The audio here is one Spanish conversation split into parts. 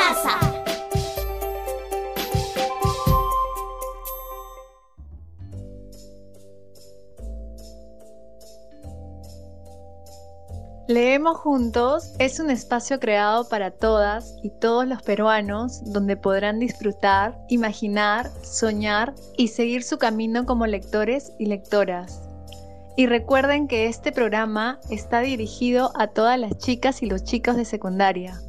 casa. Leemos Juntos es un espacio creado para todas y todos los peruanos donde podrán disfrutar, imaginar, soñar y seguir su camino como lectores y lectoras. Y recuerden que este programa está dirigido a todas las chicas y los chicos de secundaria.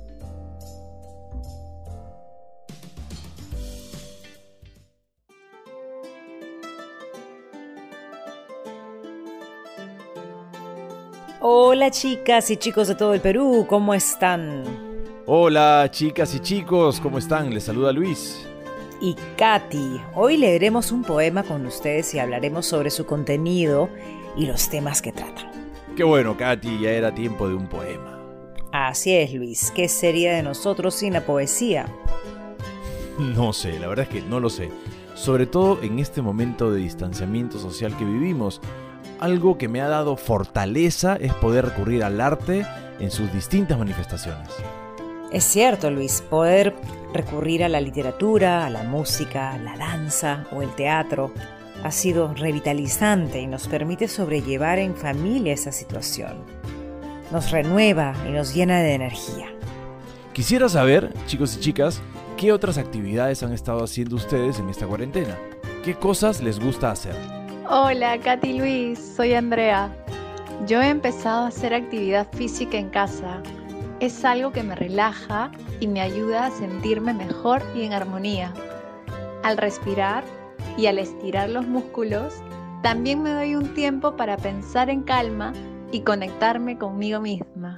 Hola chicas y chicos de todo el Perú, ¿cómo están? Hola chicas y chicos, ¿cómo están? Les saluda Luis. Y Katy, hoy leeremos un poema con ustedes y hablaremos sobre su contenido y los temas que tratan. Qué bueno, Katy, ya era tiempo de un poema. Así es, Luis, ¿qué sería de nosotros sin la poesía? No sé, la verdad es que no lo sé. Sobre todo en este momento de distanciamiento social que vivimos. Algo que me ha dado fortaleza es poder recurrir al arte en sus distintas manifestaciones. Es cierto, Luis, poder recurrir a la literatura, a la música, la danza o el teatro ha sido revitalizante y nos permite sobrellevar en familia esa situación. Nos renueva y nos llena de energía. Quisiera saber, chicos y chicas, ¿qué otras actividades han estado haciendo ustedes en esta cuarentena? ¿Qué cosas les gusta hacer? Hola, Katy y Luis, soy Andrea. Yo he empezado a hacer actividad física en casa. Es algo que me relaja y me ayuda a sentirme mejor y en armonía. Al respirar y al estirar los músculos, también me doy un tiempo para pensar en calma y conectarme conmigo misma.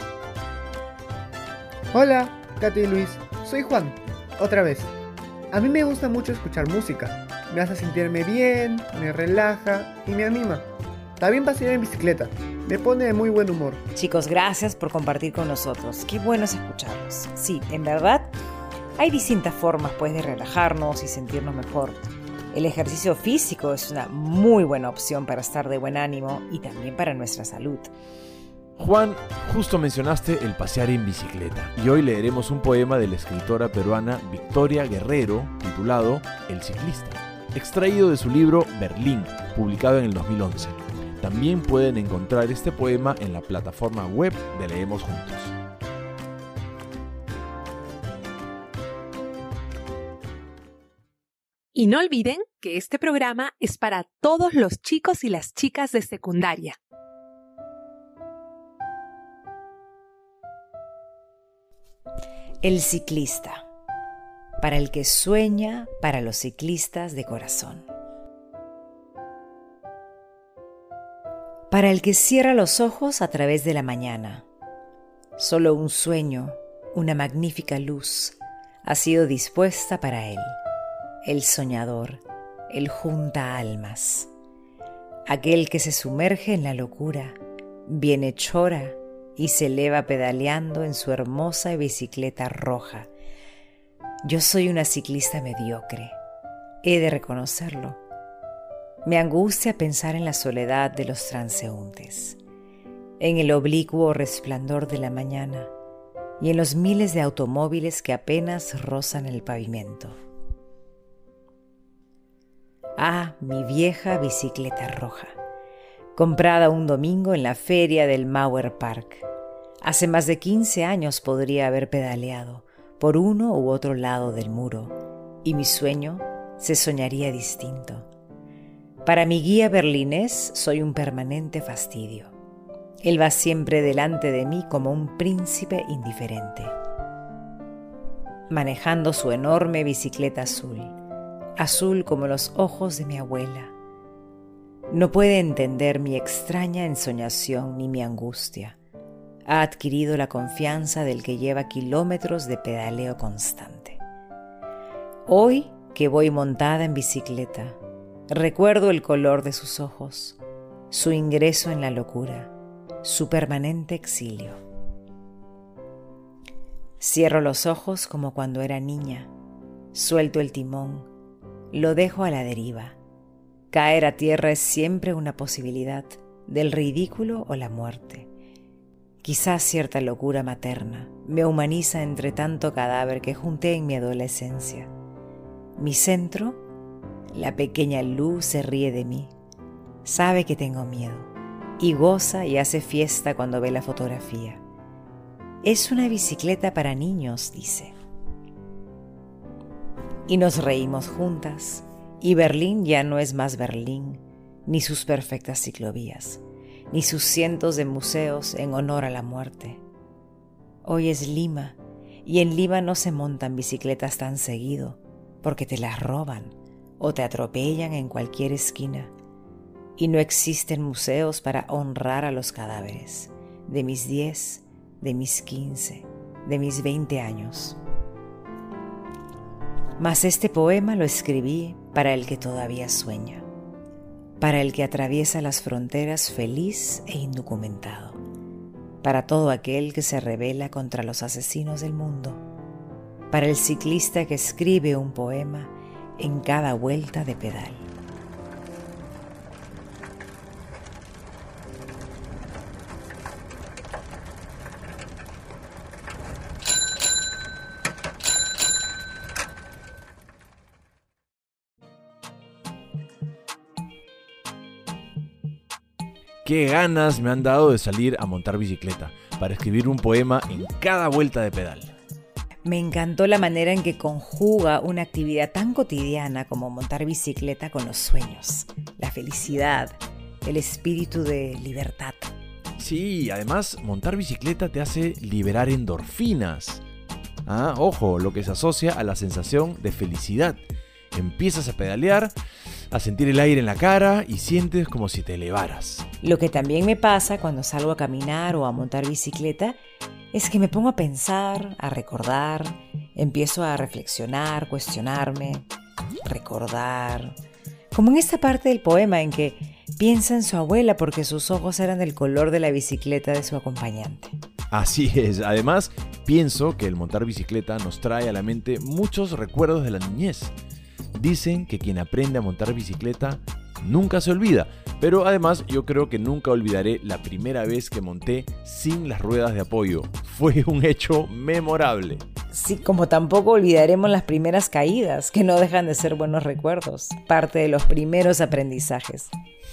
Hola, Katy y Luis, soy Juan, otra vez. A mí me gusta mucho escuchar música. Me hace sentirme bien, me relaja y me anima. También pasear en bicicleta, me pone de muy buen humor. Chicos, gracias por compartir con nosotros. Qué bueno es escucharlos. Sí, en verdad, hay distintas formas pues de relajarnos y sentirnos mejor. El ejercicio físico es una muy buena opción para estar de buen ánimo y también para nuestra salud. Juan, justo mencionaste el pasear en bicicleta y hoy leeremos un poema de la escritora peruana Victoria Guerrero titulado El ciclista, extraído de su libro Berlín, publicado en el 2011. También pueden encontrar este poema en la plataforma web de Leemos Juntos. Y no olviden que este programa es para todos los chicos y las chicas de secundaria. El ciclista. Para el que sueña, para los ciclistas de corazón. Para el que cierra los ojos a través de la mañana. Solo un sueño, una magnífica luz, ha sido dispuesta para él. El soñador, el junta almas. Aquel que se sumerge en la locura, bienhechora, y se eleva pedaleando en su hermosa bicicleta roja. Yo soy una ciclista mediocre, he de reconocerlo. Me angustia pensar en la soledad de los transeúntes, en el oblicuo resplandor de la mañana y en los miles de automóviles que apenas rozan el pavimento. Ah, mi vieja bicicleta roja, comprada un domingo en la feria del Mauer Park. Hace más de 15 años podría haber pedaleado por uno u otro lado del muro, y mi sueño se soñaría distinto. Para mi guía berlinés soy un permanente fastidio. Él va siempre delante de mí como un príncipe indiferente, manejando su enorme bicicleta azul, azul como los ojos de mi abuela. No puede entender mi extraña ensoñación ni mi angustia. Ha adquirido la confianza del que lleva kilómetros de pedaleo constante. Hoy que voy montada en bicicleta, recuerdo el color de sus ojos, su ingreso en la locura, su permanente exilio. Cierro los ojos como cuando era niña, suelto el timón, lo dejo a la deriva. Caer a tierra es siempre una posibilidad, del ridículo o la muerte. Quizás cierta locura materna me humaniza entre tanto cadáver que junté en mi adolescencia. Mi centro, la pequeña luz, se ríe de mí. Sabe que tengo miedo y goza y hace fiesta cuando ve la fotografía. Es una bicicleta para niños, dice. Y nos reímos juntas, y Berlín ya no es más Berlín, ni sus perfectas ciclovías, ni sus cientos de museos en honor a la muerte. Hoy es Lima, y en Lima no se montan bicicletas tan seguido, porque te las roban o te atropellan en cualquier esquina. Y no existen museos para honrar a los cadáveres de mis 10, de mis 15, de mis 20 años. Mas este poema lo escribí para el que todavía sueña, para el que atraviesa las fronteras feliz e indocumentado, para todo aquel que se rebela contra los asesinos del mundo, para el ciclista que escribe un poema en cada vuelta de pedal. Qué ganas me han dado de salir a montar bicicleta para escribir un poema en cada vuelta de pedal. Me encantó la manera en que conjuga una actividad tan cotidiana como montar bicicleta con los sueños, la felicidad, el espíritu de libertad. Sí, además montar bicicleta te hace liberar endorfinas. Ojo, lo que se asocia a la sensación de felicidad. Empiezas a pedalear, a sentir el aire en la cara y sientes como si te elevaras. Lo que también me pasa cuando salgo a caminar o a montar bicicleta es que me pongo a pensar, a recordar, empiezo a reflexionar, cuestionarme, recordar. Como en esta parte del poema en que piensa en su abuela porque sus ojos eran del color de la bicicleta de su acompañante. Así es, además pienso que el montar bicicleta nos trae a la mente muchos recuerdos de la niñez. Dicen que quien aprende a montar bicicleta nunca se olvida, pero además yo creo que nunca olvidaré la primera vez que monté sin las ruedas de apoyo. Fue un hecho memorable. Sí, como tampoco olvidaremos las primeras caídas, que no dejan de ser buenos recuerdos, parte de los primeros aprendizajes.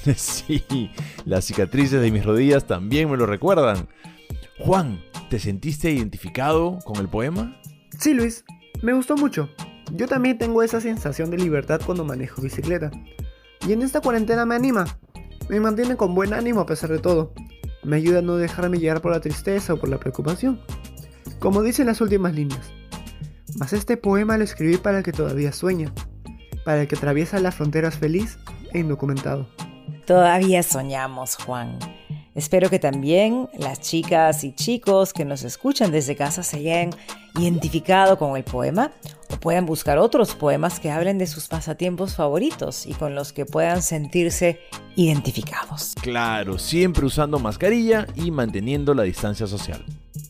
Sí, las cicatrices de mis rodillas también me lo recuerdan. Juan, ¿te sentiste identificado con el poema? Sí, Luis, me gustó mucho. Yo también tengo esa sensación de libertad cuando manejo bicicleta. Y en esta cuarentena me anima. Me mantiene con buen ánimo a pesar de todo. Me ayuda a no dejarme llevar por la tristeza o por la preocupación. Como dicen las últimas líneas. Mas este poema lo escribí para el que todavía sueña. Para el que atraviesa las fronteras feliz e indocumentado. Todavía soñamos, Juan. Espero que también las chicas y chicos que nos escuchan desde casa se hayan identificado con el poema o puedan buscar otros poemas que hablen de sus pasatiempos favoritos y con los que puedan sentirse identificados. Claro, siempre usando mascarilla y manteniendo la distancia social.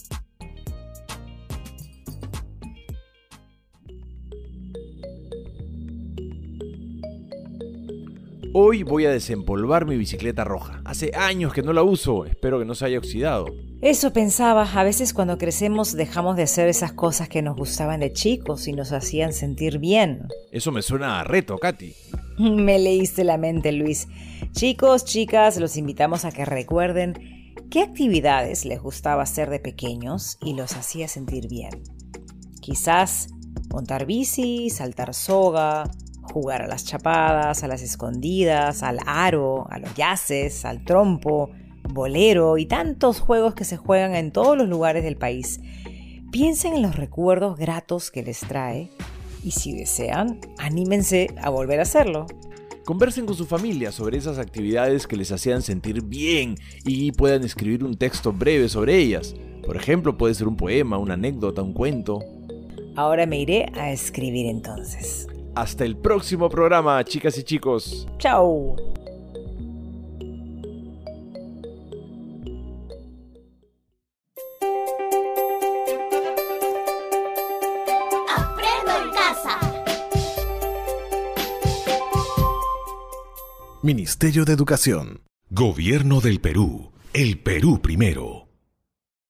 Hoy voy a desempolvar mi bicicleta roja. Hace años que no la uso, espero que no se haya oxidado. Eso pensaba, a veces cuando crecemos dejamos de hacer esas cosas que nos gustaban de chicos y nos hacían sentir bien. Eso me suena a reto, Katy. Me leíste la mente, Luis. Chicos, chicas, los invitamos a que recuerden qué actividades les gustaba hacer de pequeños y los hacía sentir bien. Quizás montar bici, saltar soga, jugar a las chapadas, a las escondidas, al aro, a los yaces, al trompo, bolero y tantos juegos que se juegan en todos los lugares del país. Piensen en los recuerdos gratos que les trae y si desean, anímense a volver a hacerlo. Conversen con su familia sobre esas actividades que les hacían sentir bien y puedan escribir un texto breve sobre ellas. Por ejemplo, puede ser un poema, una anécdota, un cuento. Ahora me iré a escribir entonces. Hasta el próximo programa, chicas y chicos. ¡Chao! Aprendo en casa. Ministerio de Educación. Gobierno del Perú. El Perú primero.